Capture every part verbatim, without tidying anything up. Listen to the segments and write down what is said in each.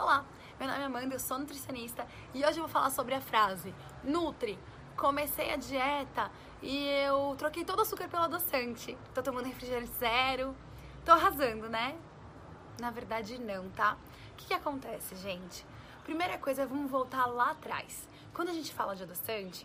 Olá, meu nome é Amanda, eu sou nutricionista e hoje eu vou falar sobre a frase Nutri, comecei a dieta e eu troquei todo o açúcar pelo adoçante. Tô tomando refrigerante zero, tô arrasando, né? Na verdade não, tá? O que que acontece, gente? Primeira coisa, vamos voltar lá atrás. Quando a gente fala de adoçante,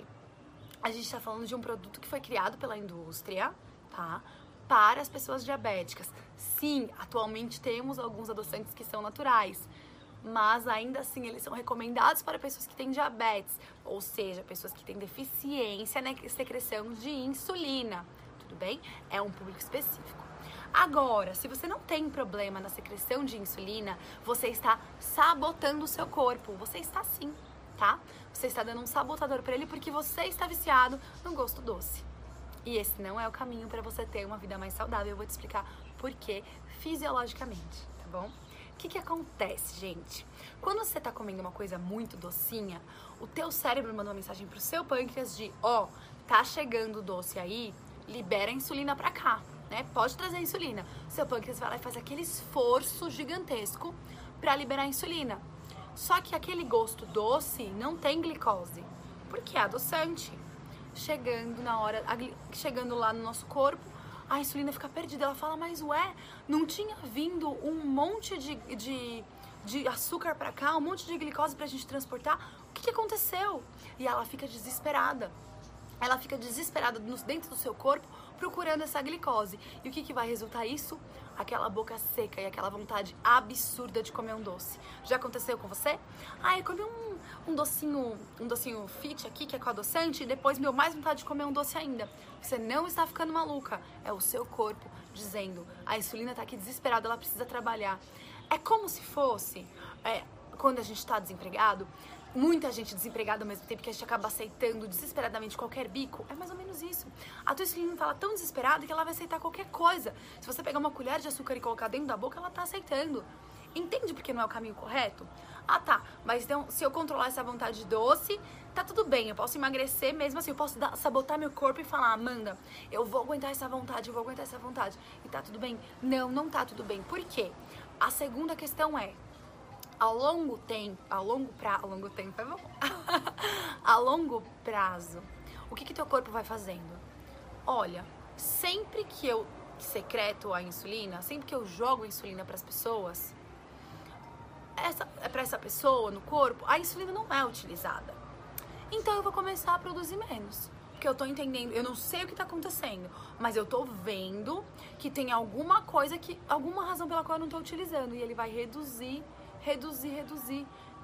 a gente tá falando de um produto que foi criado pela indústria, tá? Para as pessoas diabéticas. Sim, atualmente temos alguns adoçantes que são naturais, mas ainda assim eles são recomendados para pessoas que têm diabetes, ou seja, pessoas que têm deficiência na secreção de insulina, tudo bem? É um público específico. Agora, se você não tem problema na secreção de insulina, você está sabotando o seu corpo, você está sim, tá? Você está dando um sabotador para ele porque você está viciado no gosto doce. E esse não é o caminho para você ter uma vida mais saudável. Eu vou te explicar por quê fisiologicamente, tá bom? O que que acontece, gente? Quando você tá comendo uma coisa muito docinha, o teu cérebro manda uma mensagem pro seu pâncreas de, ó, oh, tá chegando o doce aí, libera a insulina pra cá, né? Pode trazer a insulina. O seu pâncreas vai lá e faz aquele esforço gigantesco pra liberar a insulina. Só que aquele gosto doce não tem glicose, porque é adoçante. Chegando na hora, chegando lá no nosso corpo, a insulina fica perdida. Ela fala, mas ué, não tinha vindo um monte de, de, de açúcar pra cá, um monte de glicose pra gente transportar? O que que aconteceu? E ela fica desesperada. Ela fica desesperada dentro do seu corpo procurando essa glicose. E o que que vai resultar isso? Aquela boca seca e aquela vontade absurda de comer um doce. Já aconteceu com você? Ah, eu comi um, um docinho, um docinho fit aqui, que é com adoçante, e depois me deu mais vontade de comer um doce ainda. Você não está ficando maluca. É o seu corpo dizendo, a insulina está aqui desesperada, ela precisa trabalhar. É como se fosse, é, quando a gente está desempregado, muita gente desempregada ao mesmo tempo que a gente acaba aceitando desesperadamente qualquer bico. É mais ou menos isso. A tua insulina está tão desesperada que ela vai aceitar qualquer coisa. Se você pegar uma colher de açúcar e colocar dentro da boca, ela tá aceitando. Entende porque não é o caminho correto? Ah, tá. Mas então, se eu controlar essa vontade doce, tá tudo bem. Eu posso emagrecer mesmo assim. Eu posso dar, sabotar meu corpo e falar, Amanda, eu vou aguentar essa vontade, eu vou aguentar essa vontade. E tá tudo bem? Não, não tá tudo bem. Por quê? A segunda questão é, ao longo tempo, ao longo prazo, ao longo tempo é bom. A longo prazo, o que que teu corpo vai fazendo? Olha, sempre que eu secreto a insulina, sempre que eu jogo a insulina para as pessoas, essa, para essa pessoa no corpo, a insulina não é utilizada. Então eu vou começar a produzir menos. Porque eu tô entendendo, eu não sei o que tá acontecendo, mas eu tô vendo que tem alguma coisa que, alguma razão pela qual eu não tô utilizando. E ele vai reduzir reduzir, reduzir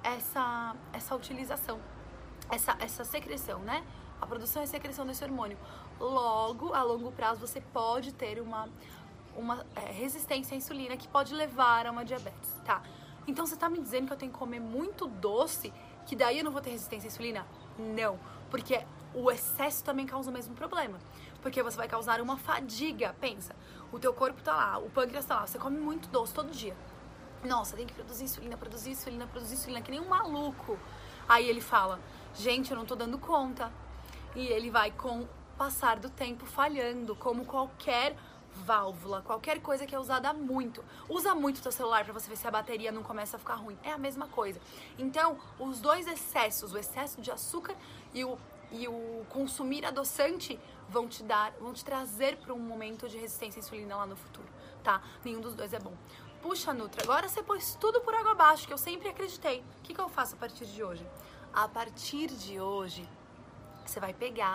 essa, essa utilização, essa, essa secreção, né? A produção e secreção desse hormônio. Logo, a longo prazo, você pode ter uma, uma é, resistência à insulina que pode levar a uma diabetes, tá? Então, você tá me dizendo que eu tenho que comer muito doce, que daí eu não vou ter resistência à insulina? Não, porque o excesso também causa o mesmo problema. Porque você vai causar uma fadiga. Pensa, o teu corpo tá lá, o pâncreas tá lá, você come muito doce todo dia. Nossa, tem que produzir insulina, produzir insulina, produzir insulina, que nem um maluco. Aí ele fala, gente, eu não tô dando conta. E ele vai, com o passar do tempo, falhando, como qualquer válvula, qualquer coisa que é usada muito. Usa muito o teu celular pra você ver se a bateria não começa a ficar ruim. É a mesma coisa. Então, os dois excessos, o excesso de açúcar e o, e o consumir adoçante, vão te dar, vão te trazer para um momento de resistência à insulina lá no futuro, tá? Nenhum dos dois é bom. Puxa, Nutri, agora você pôs tudo por água abaixo, que eu sempre acreditei. O que que eu faço a partir de hoje? A partir de hoje, você vai pegar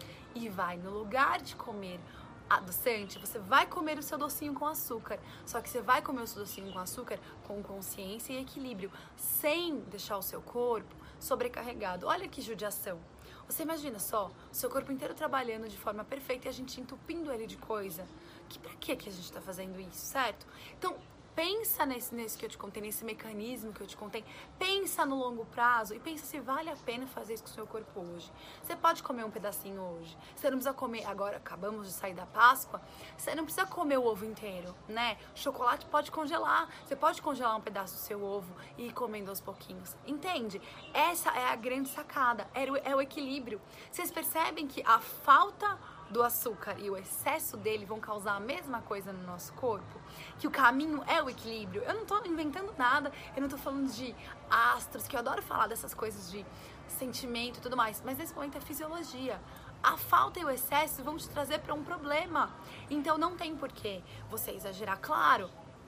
e vai, no lugar de comer adoçante, você vai comer o seu docinho com açúcar. Só que você vai comer o seu docinho com açúcar com consciência e equilíbrio, sem deixar o seu corpo sobrecarregado. Olha que judiação. Você imagina só, o seu corpo inteiro trabalhando de forma perfeita e a gente entupindo ele de coisa. Que pra que que a gente tá fazendo isso, certo? Então, pensa nesse, nesse que eu te contei, nesse mecanismo que eu te contei. Pensa no longo prazo e pensa se vale a pena fazer isso com o seu corpo hoje. Você pode comer um pedacinho hoje. Você não precisa comer, agora acabamos de sair da Páscoa, você não precisa comer o ovo inteiro, né? Chocolate pode congelar. Você pode congelar um pedaço do seu ovo e ir comendo aos pouquinhos. Entende? Essa é a grande sacada, é o, é o equilíbrio. Vocês percebem que a falta do açúcar e o excesso dele vão causar a mesma coisa no nosso corpo? Que o caminho é o equilíbrio? Eu não tô inventando nada, eu não tô falando de astros, que eu adoro falar dessas coisas de sentimento e tudo mais, mas nesse momento é fisiologia. A falta e o excesso vão te trazer para um problema. Então não tem porquê você exagerar, claro.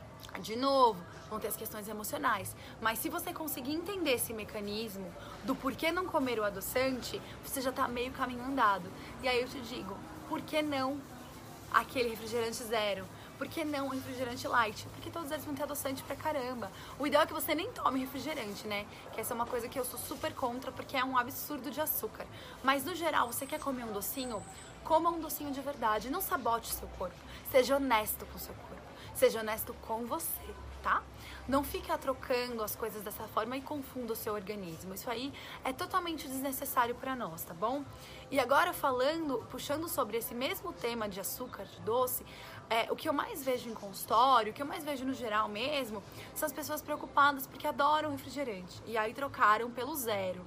De novo, vão ter as questões emocionais. Mas se você conseguir entender esse mecanismo do porquê não comer o adoçante, você já tá meio caminho andado. E aí eu te digo, por que não aquele refrigerante zero? Por que não refrigerante light? Porque todos eles vão ter adoçante pra caramba. O ideal é que você nem tome refrigerante, né? Que essa é uma coisa que eu sou super contra, porque é um absurdo de açúcar. Mas no geral, você quer comer um docinho? Coma um docinho de verdade. Não sabote o seu corpo. Seja honesto com o seu corpo. Seja honesto com você, tá? Não fica trocando as coisas dessa forma e confunda o seu organismo. Isso aí é totalmente desnecessário para nós, tá bom? E agora falando, puxando sobre esse mesmo tema de açúcar, de doce, é, o que eu mais vejo em consultório, o que eu mais vejo no geral mesmo, são as pessoas preocupadas porque adoram refrigerante. E aí trocaram pelo zero,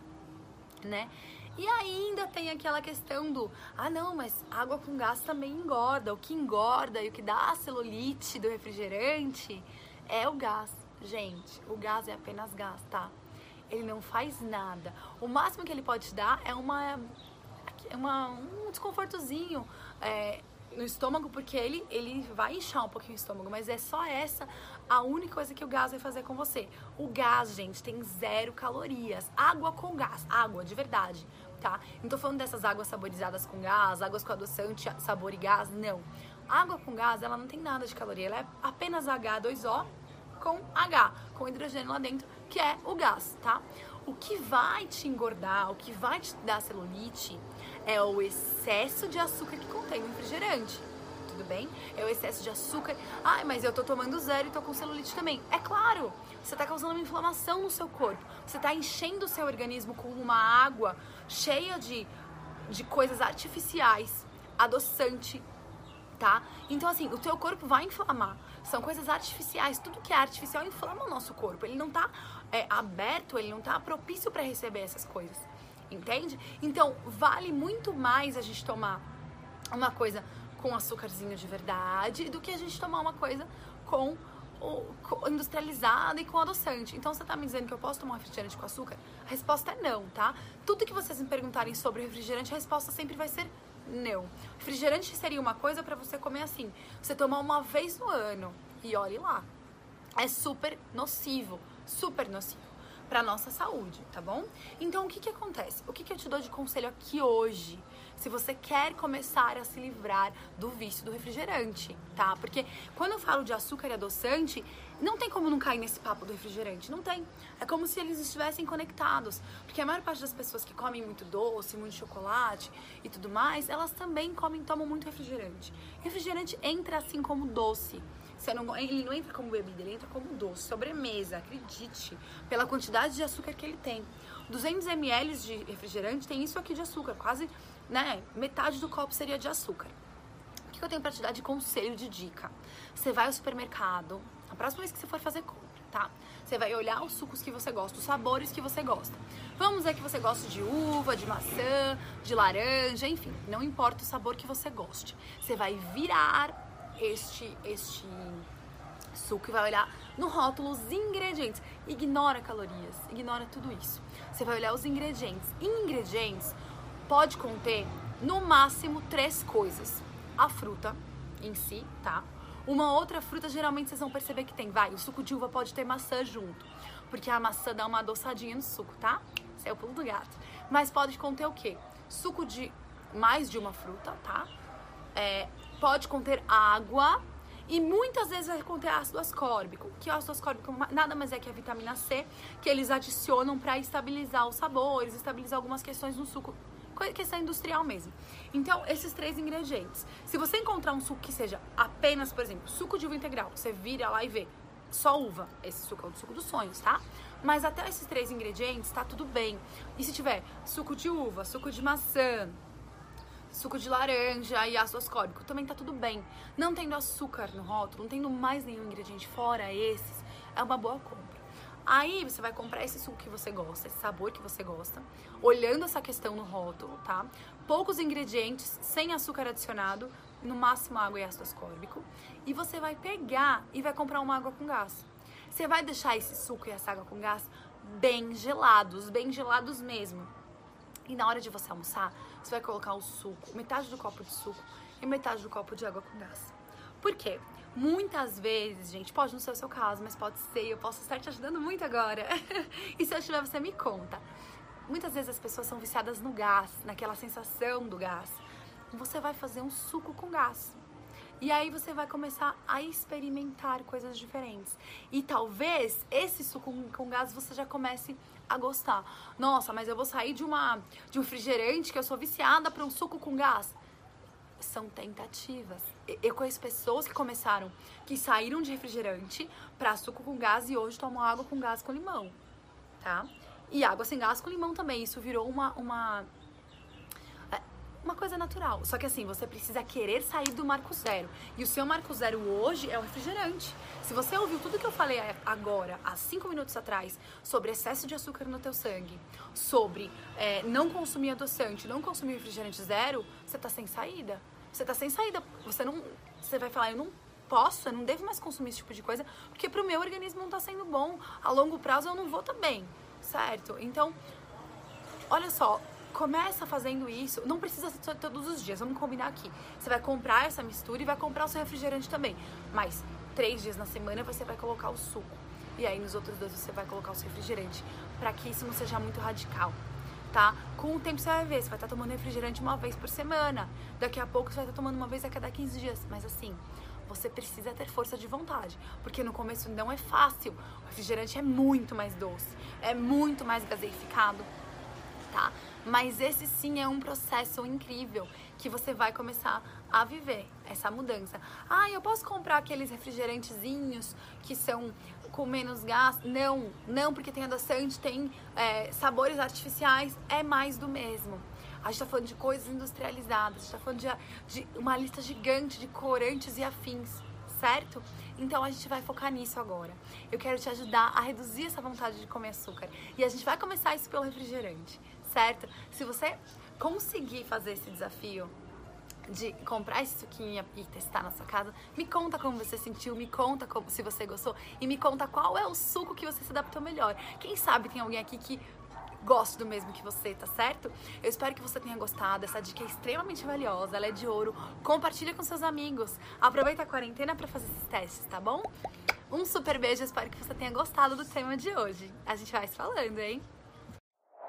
né? E ainda tem aquela questão do, ah não, mas água com gás também engorda. O que engorda e o que dá a celulite do refrigerante é o gás. Gente, o gás é apenas gás, tá? Ele não faz nada. O máximo que ele pode te dar é uma, uma, um desconfortozinho é, no estômago, porque ele, ele vai inchar um pouquinho o estômago, mas é só essa a única coisa que o gás vai fazer com você. O gás, gente, tem zero calorias. Água com gás, água de verdade. Tá? Não tô falando dessas águas saborizadas com gás, águas com adoçante, sabor e gás, não. Água com gás, ela não tem nada de caloria, ela é apenas H dois O com H, com hidrogênio lá dentro, que é o gás, tá? O que vai te engordar, o que vai te dar celulite é o excesso de açúcar que contém no refrigerante. Tudo bem? É o excesso de açúcar. Ai, mas eu tô tomando zero e tô com celulite também. É claro, você tá causando uma inflamação no seu corpo. Você tá enchendo o seu organismo com uma água cheia de, de coisas artificiais, adoçante, tá? Então, assim, o teu corpo vai inflamar. São coisas artificiais. Tudo que é artificial inflama o nosso corpo. Ele não tá é, aberto, ele não tá propício para receber essas coisas. Entende? Então, vale muito mais a gente tomar uma coisa com açúcarzinho de verdade do que a gente tomar uma coisa com o com, industrializada e com adoçante. Então você tá me dizendo que eu posso tomar um refrigerante com açúcar? A resposta é não, tá? Tudo que vocês me perguntarem sobre refrigerante, a resposta sempre vai ser não. Refrigerante seria uma coisa pra você comer assim, você tomar uma vez no ano e olhe lá. É super nocivo, super nocivo pra nossa saúde, tá bom? Então o que que acontece? O que que eu te dou de conselho aqui hoje? Se você quer começar a se livrar do vício do refrigerante, tá? Porque quando eu falo de açúcar e adoçante, não tem como não cair nesse papo do refrigerante, não tem. É como se eles estivessem conectados, porque a maior parte das pessoas que comem muito doce, muito chocolate e tudo mais, elas também comem, tomam muito refrigerante. Refrigerante entra assim como doce. Você não, ele não entra como bebida, ele entra como doce, sobremesa, acredite, pela quantidade de açúcar que ele tem. duzentos mililitros de refrigerante tem isso aqui de açúcar, quase, né, metade do copo seria de açúcar. O que eu tenho pra te dar de conselho, de dica? Você vai ao supermercado, a próxima vez que você for fazer compra, tá? Você vai olhar os sucos que você gosta, os sabores que você gosta. Vamos dizer que você gosta de uva, de maçã, de laranja, enfim, não importa o sabor que você goste. Você vai virar este, este suco e vai olhar no rótulo os ingredientes. Ignora calorias, ignora tudo isso. Você vai olhar os ingredientes. Em ingredientes, pode conter no máximo três coisas. A fruta em si, tá? Uma outra fruta, geralmente vocês vão perceber que tem. Vai, o suco de uva pode ter maçã junto, porque a maçã dá uma adoçadinha no suco, tá? Esse é o pulo do gato. Mas pode conter o quê? Suco de mais de uma fruta, tá? É, pode conter água e muitas vezes vai conter ácido ascórbico. Que o ácido ascórbico nada mais é que a vitamina C, que eles adicionam para estabilizar os sabores, estabilizar algumas questões no suco, questão industrial mesmo. Então, esses três ingredientes. Se você encontrar um suco que seja apenas, por exemplo, suco de uva integral, você vira lá e vê só uva, esse suco é o suco dos sonhos, tá? Mas até esses três ingredientes, tá tudo bem. E se tiver suco de uva, suco de maçã, suco de laranja e ácido ascórbico, também tá tudo bem. Não tendo açúcar no rótulo, não tendo mais nenhum ingrediente fora esses, é uma boa compra. Aí você vai comprar esse suco que você gosta, esse sabor que você gosta, olhando essa questão no rótulo, tá? Poucos ingredientes, sem açúcar adicionado, no máximo água e ácido ascórbico. E você vai pegar e vai comprar uma água com gás. Você vai deixar esse suco e essa água com gás bem gelados, bem gelados mesmo. E na hora de você almoçar, você vai colocar o suco, metade do copo de suco e metade do copo de água com gás. Por quê? Muitas vezes, gente, pode não ser o seu caso, mas pode ser, eu posso estar te ajudando muito agora. E se eu estiver, você me conta. Muitas vezes as pessoas são viciadas no gás, naquela sensação do gás. Você vai fazer um suco com gás. E aí você vai começar a experimentar coisas diferentes. E talvez esse suco com gás você já comece a gostar. Nossa, mas eu vou sair de, uma, de um refrigerante que eu sou viciada para um suco com gás. São tentativas. Eu conheço pessoas que começaram, que saíram de refrigerante para suco com gás e hoje tomam água com gás com limão, tá? E água sem gás com limão também. Isso virou uma, uma, uma coisa natural. Só que assim, você precisa querer sair do marco zero. E o seu marco zero hoje é o refrigerante. Se você ouviu tudo que eu falei agora, há cinco minutos atrás, sobre excesso de açúcar no teu sangue, sobre é, não consumir adoçante, não consumir refrigerante zero, você tá sem saída. Você tá sem saída. Você não, você vai falar, eu não posso, eu não devo mais consumir esse tipo de coisa, porque pro meu organismo não tá sendo bom. A longo prazo eu não vou também, certo? Então, olha só, começa fazendo isso, não precisa ser todos os dias, vamos combinar aqui. Você vai comprar essa mistura e vai comprar o seu refrigerante também, mas três dias na semana você vai colocar o suco. E aí nos outros dois você vai colocar o seu refrigerante, para que isso não seja muito radical, tá? Com o tempo você vai ver, você vai estar tomando refrigerante uma vez por semana, daqui a pouco você vai estar tomando uma vez a cada quinze dias, mas assim, você precisa ter força de vontade, porque no começo não é fácil. O refrigerante é muito mais doce, é muito mais gaseificado, tá? Mas esse sim é um processo incrível que você vai começar a viver, essa mudança. Ah, eu posso comprar aqueles refrigerantezinhos que são com menos gás? Não, não, porque tem adoçante, tem é, sabores artificiais, é mais do mesmo. A gente tá falando de coisas industrializadas, a gente tá falando de, de uma lista gigante de corantes e afins, certo? Então a gente vai focar nisso agora. Eu quero te ajudar a reduzir essa vontade de comer açúcar. E a gente vai começar isso pelo refrigerante, certo? Se você conseguir fazer esse desafio de comprar esse suquinho e testar na sua casa, me conta como você sentiu, me conta como, se você gostou e me conta qual é o suco que você se adaptou melhor. Quem sabe tem alguém aqui que gosto do mesmo que você, tá certo? Eu espero que você tenha gostado. Essa dica é extremamente valiosa, ela é de ouro. Compartilha com seus amigos. Aproveita a quarentena pra fazer esses testes, tá bom? Um super beijo, espero que você tenha gostado do tema de hoje. A gente vai se falando, hein?